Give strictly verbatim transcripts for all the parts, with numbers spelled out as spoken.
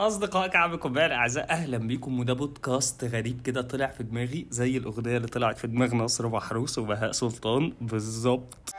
أصدقاء كعب كبار الأعزاء، أهلا بيكم. وده بودكاست غريب كده طلع في دماغي زي الأغنية اللي طلعت في دماغ نصر محروس وبهاء سلطان بالظبط.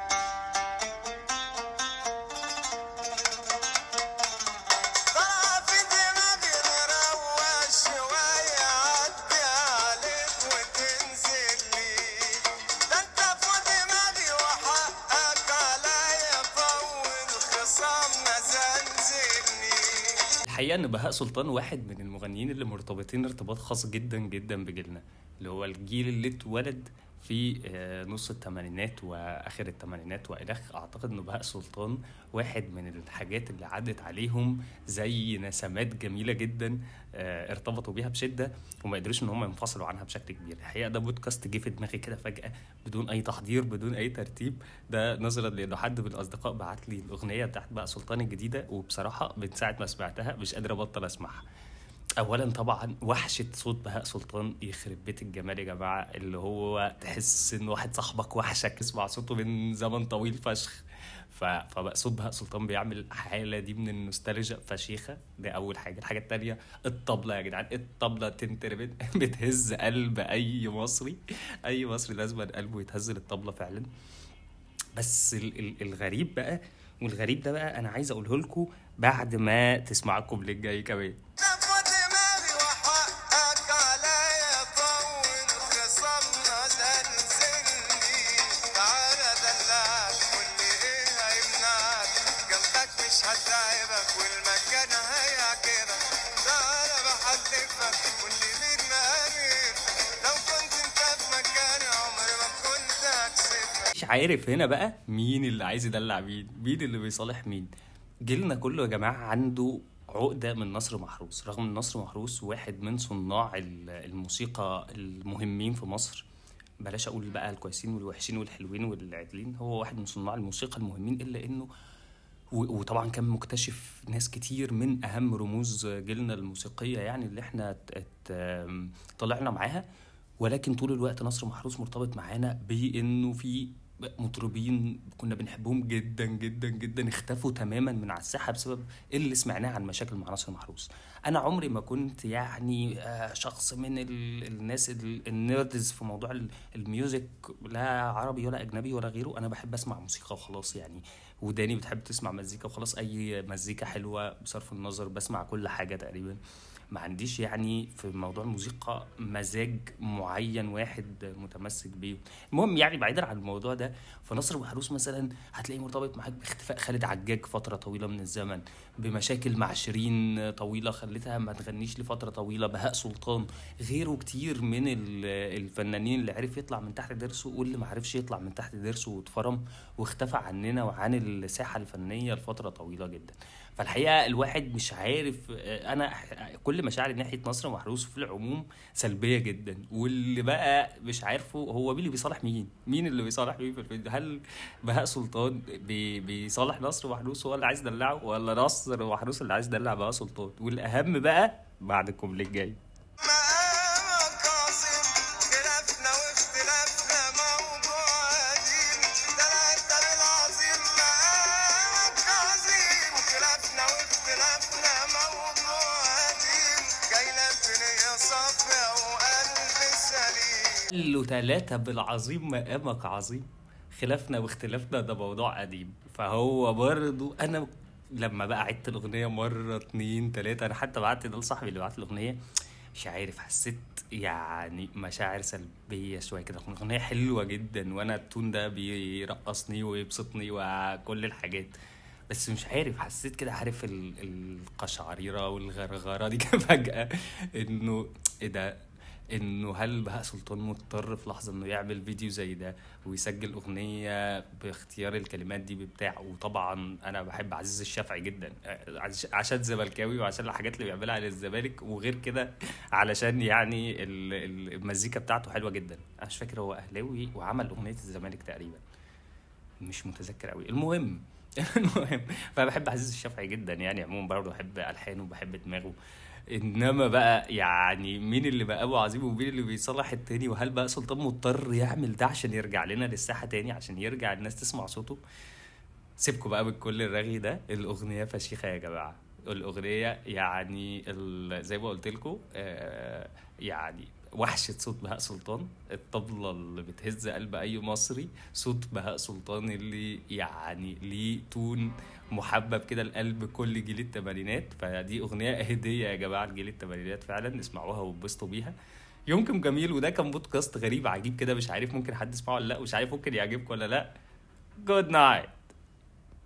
الحقيقة ان بهاء سلطان واحد من المغنيين اللي مرتبطين ارتباط خاص جدا جدا بجيلنا، اللي هو الجيل اللي اتولد في نص الثمانينات واخر الثمانينات والخ. اعتقد ان بهاء سلطان واحد من الحاجات اللي عدت عليهم زي نسمات جميله جدا ارتبطوا بيها بشده وما قدروش ان هم ينفصلوا عنها بشكل كبير. الحقيقه ده بودكاست جه في دماغي كده فجاه بدون اي تحضير بدون اي ترتيب، ده نظرا لانه حد من الاصدقاء بعت لي الاغنيه بتاعت بهاء سلطان الجديده، وبصراحه من ساعه ما سمعتها مش قادر ابطل اسمعها. اولا طبعا وحشه صوت بهاء سلطان يخرب بيت الجمال يا جماعه، اللي هو تحس ان واحد صاحبك وحشك تسمع صوته من زمن طويل فشخ. فبقى صوت بهاء سلطان بيعمل حاله دي من النوستالجيا فشيخه. ده اول حاجه. الحاجه الثانيه الطبله يا جدعان، الطبله تنتر بتهز قلب اي مصري، اي مصري لازم قلبه يتهز للطبله فعلا. بس الغريب بقى، والغريب ده بقى انا عايز اقوله لكم بعد ما تسمعكم للجاي كمان. مش عارف هنا بقى مين اللي عايز يدلع مين، مين اللي بيصالح مين. جيلنا كله يا جماعة عنده عقدة من نصر محروس، رغم ان نصر محروس واحد من صناع الموسيقى المهمين في مصر. بلاش اقول بقى الكويسين والوحشين والحلوين والعدلين، هو واحد من صناع الموسيقى المهمين، الا انه وطبعا كان مكتشف ناس كتير من اهم رموز جيلنا الموسيقية يعني اللي احنا طلعنا معاها. ولكن طول الوقت نصر محروس مرتبط معانا بانه في مطربين كنا بنحبهم جدا جدا جدا اختفوا تماما من على الساحه بسبب اللي سمعناه عن مشاكل مع نصر محروس. انا عمري ما كنت يعني شخص من الناس النيردز في موضوع الميوزك، لا عربي ولا اجنبي ولا غيره. انا بحب اسمع موسيقى وخلاص يعني، وداني بتحب تسمع مزيكا وخلاص، اي مزيكا حلوه بصرف النظر بسمع كل حاجه تقريبا. ما عنديش يعني في موضوع الموسيقى مزاج معين واحد متمسك بيه. المهم يعني بعيدا عن الموضوع ده، فنصر محروس مثلا هتلاقيه مرتبط معاك باختفاء خالد عجاج فترة طويلة من الزمن، بمشاكل مع شيرين طويلة خلتها ما تغنيش لفترة طويلة. بهاء سلطان غيره كتير من الفنانين اللي عرف يطلع من تحت درسه واللي ما عرفش يطلع من تحت درسه واتفرم واختفى عننا وعن الساحة الفنية لفترة طويلة جدا. فالحقيقة الواحد مش عارف، أنا كل مشاعري ناحية نصر محروس في العموم سلبية جدا، واللي بقى مش عارفه هو مين اللي بيصالح مين، مين اللي بيصالح مين في الفيديو. هل بهاء سلطان بي بيصالح نصر محروس هو اللي عايز يدلعه، ولا نصر محروس اللي عايز يدلع بهاء سلطان؟ والأهم بقى بعدكم اللي جاي. له ثلاثة بالعظيم مقامك عظيم، خلافنا واختلافنا ده موضوع قديم. فهو برضو أنا لما بقى عدت الأغنية مرة اتنين تلاتة، أنا حتى بعت ده لصاحبي اللي بعت الأغنية، مش عارف حسيت يعني مشاعر سلبية شوية كده. الأغنية حلوة جدا وأنا التون ده بيرقصني ويبسطني وكل الحاجات، بس مش عارف حسيت كده عارف القشعريرة والغرغرة دي فجأة إنه إيه ده، انه هل بهاء سلطان مضطر في لحظه انه يعمل فيديو زي ده ويسجل اغنيه باختيار الكلمات دي بتاع. وطبعا انا بحب عزيز الشافعي جدا عشان زملكاوي وعشان الحاجات اللي بيعملها على الزمالك، وغير كده علشان يعني المزيكا بتاعته حلوه جدا. انا مش فاكر هو اهلاوي وعمل اغنيه الزمالك تقريبا، مش متذكر قوي. المهم المهم فبحب عزيز الشافعي جدا يعني عموما، برضه بحب الحانه وبحب دماغه. انما بقى يعني مين اللي بقى ابو عظيم ومين اللي بيصلح التاني، وهل بقى سلطان مضطر يعمل ده عشان يرجع لنا للساحه تاني، عشان يرجع الناس تسمع صوته؟ سيبكوا بقى بكل الرغي ده، الاغنيه فشيخه يا جماعه. الاغنيه يعني ال- زي ما قلت لكم، يعني وحشة صوت بهاء سلطان، الطبلة اللي بتهز قلب أي مصري، صوت بهاء سلطان اللي يعني ليه تون محبب كده لقلب كل جيل التمانينات. فدي أغنية هدية يا جماعة لجيل التمانينات، فعلا اسمعوها واتبسطوا بيها. يومكم جميل، وده كان بودكاست غريب عجيب كده، مش عارف ممكن حد يسمعه ولا لا، ومش عارف ممكن يعجبكم ولا لا. جود نايت.